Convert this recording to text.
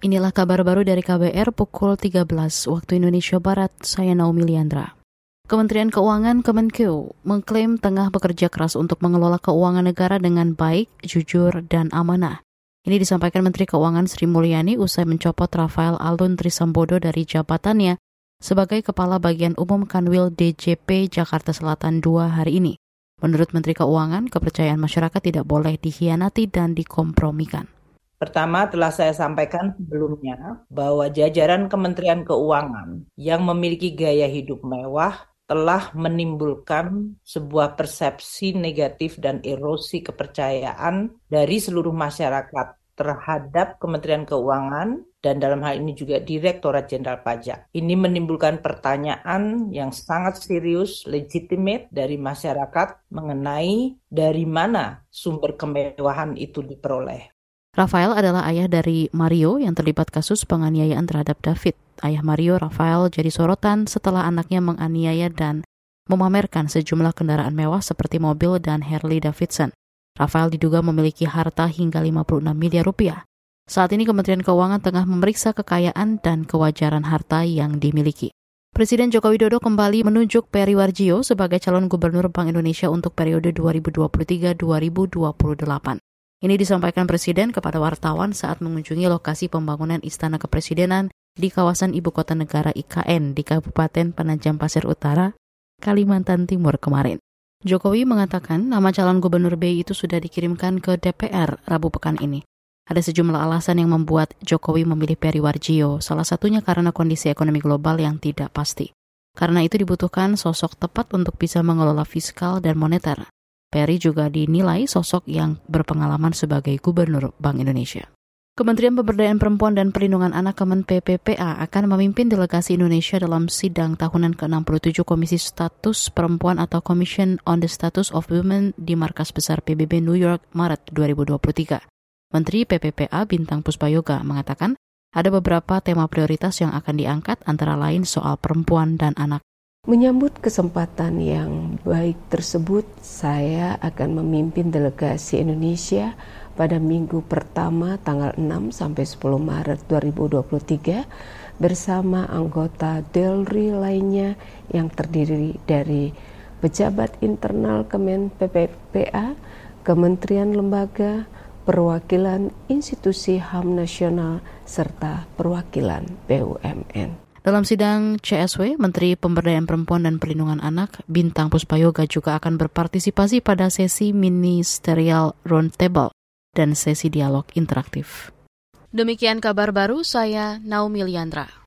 Inilah kabar baru dari KBR pukul 13 waktu Indonesia Barat, saya Naomi Liandra. Kementerian Keuangan Kemenkeu mengklaim tengah bekerja keras untuk mengelola keuangan negara dengan baik, jujur, dan amanah. Ini disampaikan Menteri Keuangan Sri Mulyani usai mencopot Rafael Alun Trisambodo dari jabatannya sebagai Kepala Bagian Umum Kanwil DJP Jakarta Selatan 2 hari ini. Menurut Menteri Keuangan, kepercayaan masyarakat tidak boleh dikhianati dan dikompromikan. Pertama, telah saya sampaikan sebelumnya bahwa jajaran Kementerian Keuangan yang memiliki gaya hidup mewah telah menimbulkan sebuah persepsi negatif dan erosi kepercayaan dari seluruh masyarakat terhadap Kementerian Keuangan dan dalam hal ini juga Direktorat Jenderal Pajak. Ini menimbulkan pertanyaan yang sangat serius, legitimate dari masyarakat mengenai dari mana sumber kemewahan itu diperoleh. Rafael adalah ayah dari Mario yang terlibat kasus penganiayaan terhadap David. Ayah Mario, Rafael, jadi sorotan setelah anaknya menganiaya dan memamerkan sejumlah kendaraan mewah seperti mobil dan Harley Davidson. Rafael diduga memiliki harta hingga 56 miliar rupiah. Saat ini Kementerian Keuangan tengah memeriksa kekayaan dan kewajaran harta yang dimiliki. Presiden Joko Widodo kembali menunjuk Peri Warjio sebagai calon gubernur Bank Indonesia untuk periode 2023-2028. Ini disampaikan Presiden kepada wartawan saat mengunjungi lokasi pembangunan Istana Kepresidenan di kawasan Ibu Kota Negara IKN di Kabupaten Penajam Pasir Utara, Kalimantan Timur kemarin. Jokowi mengatakan nama calon gubernur BI itu sudah dikirimkan ke DPR Rabu pekan ini. Ada sejumlah alasan yang membuat Jokowi memilih Peri Warjio, salah satunya karena kondisi ekonomi global yang tidak pasti. Karena itu dibutuhkan sosok tepat untuk bisa mengelola fiskal dan moneter. Peri juga dinilai sosok yang berpengalaman sebagai Gubernur Bank Indonesia. Kementerian Pemberdayaan Perempuan dan Perlindungan Anak Kemen PPPA akan memimpin delegasi Indonesia dalam sidang tahunan ke-67 Komisi Status Perempuan atau Commission on the Status of Women di Markas Besar PBB New York, Maret 2023. Menteri PPPA Bintang Puspayoga mengatakan ada beberapa tema prioritas yang akan diangkat antara lain soal perempuan dan anak. Menyambut kesempatan yang baik tersebut, saya akan memimpin delegasi Indonesia pada minggu pertama tanggal 6 sampai 10 Maret 2023 bersama anggota DELRI lainnya yang terdiri dari pejabat internal Kemen PPPA, kementerian lembaga, perwakilan institusi HAM nasional, serta perwakilan BUMN. Dalam sidang CSW, Menteri Pemberdayaan Perempuan dan Perlindungan Anak, Bintang Puspayoga juga akan berpartisipasi pada sesi ministerial roundtable dan sesi dialog interaktif. Demikian kabar baru, saya Naomi Liandra.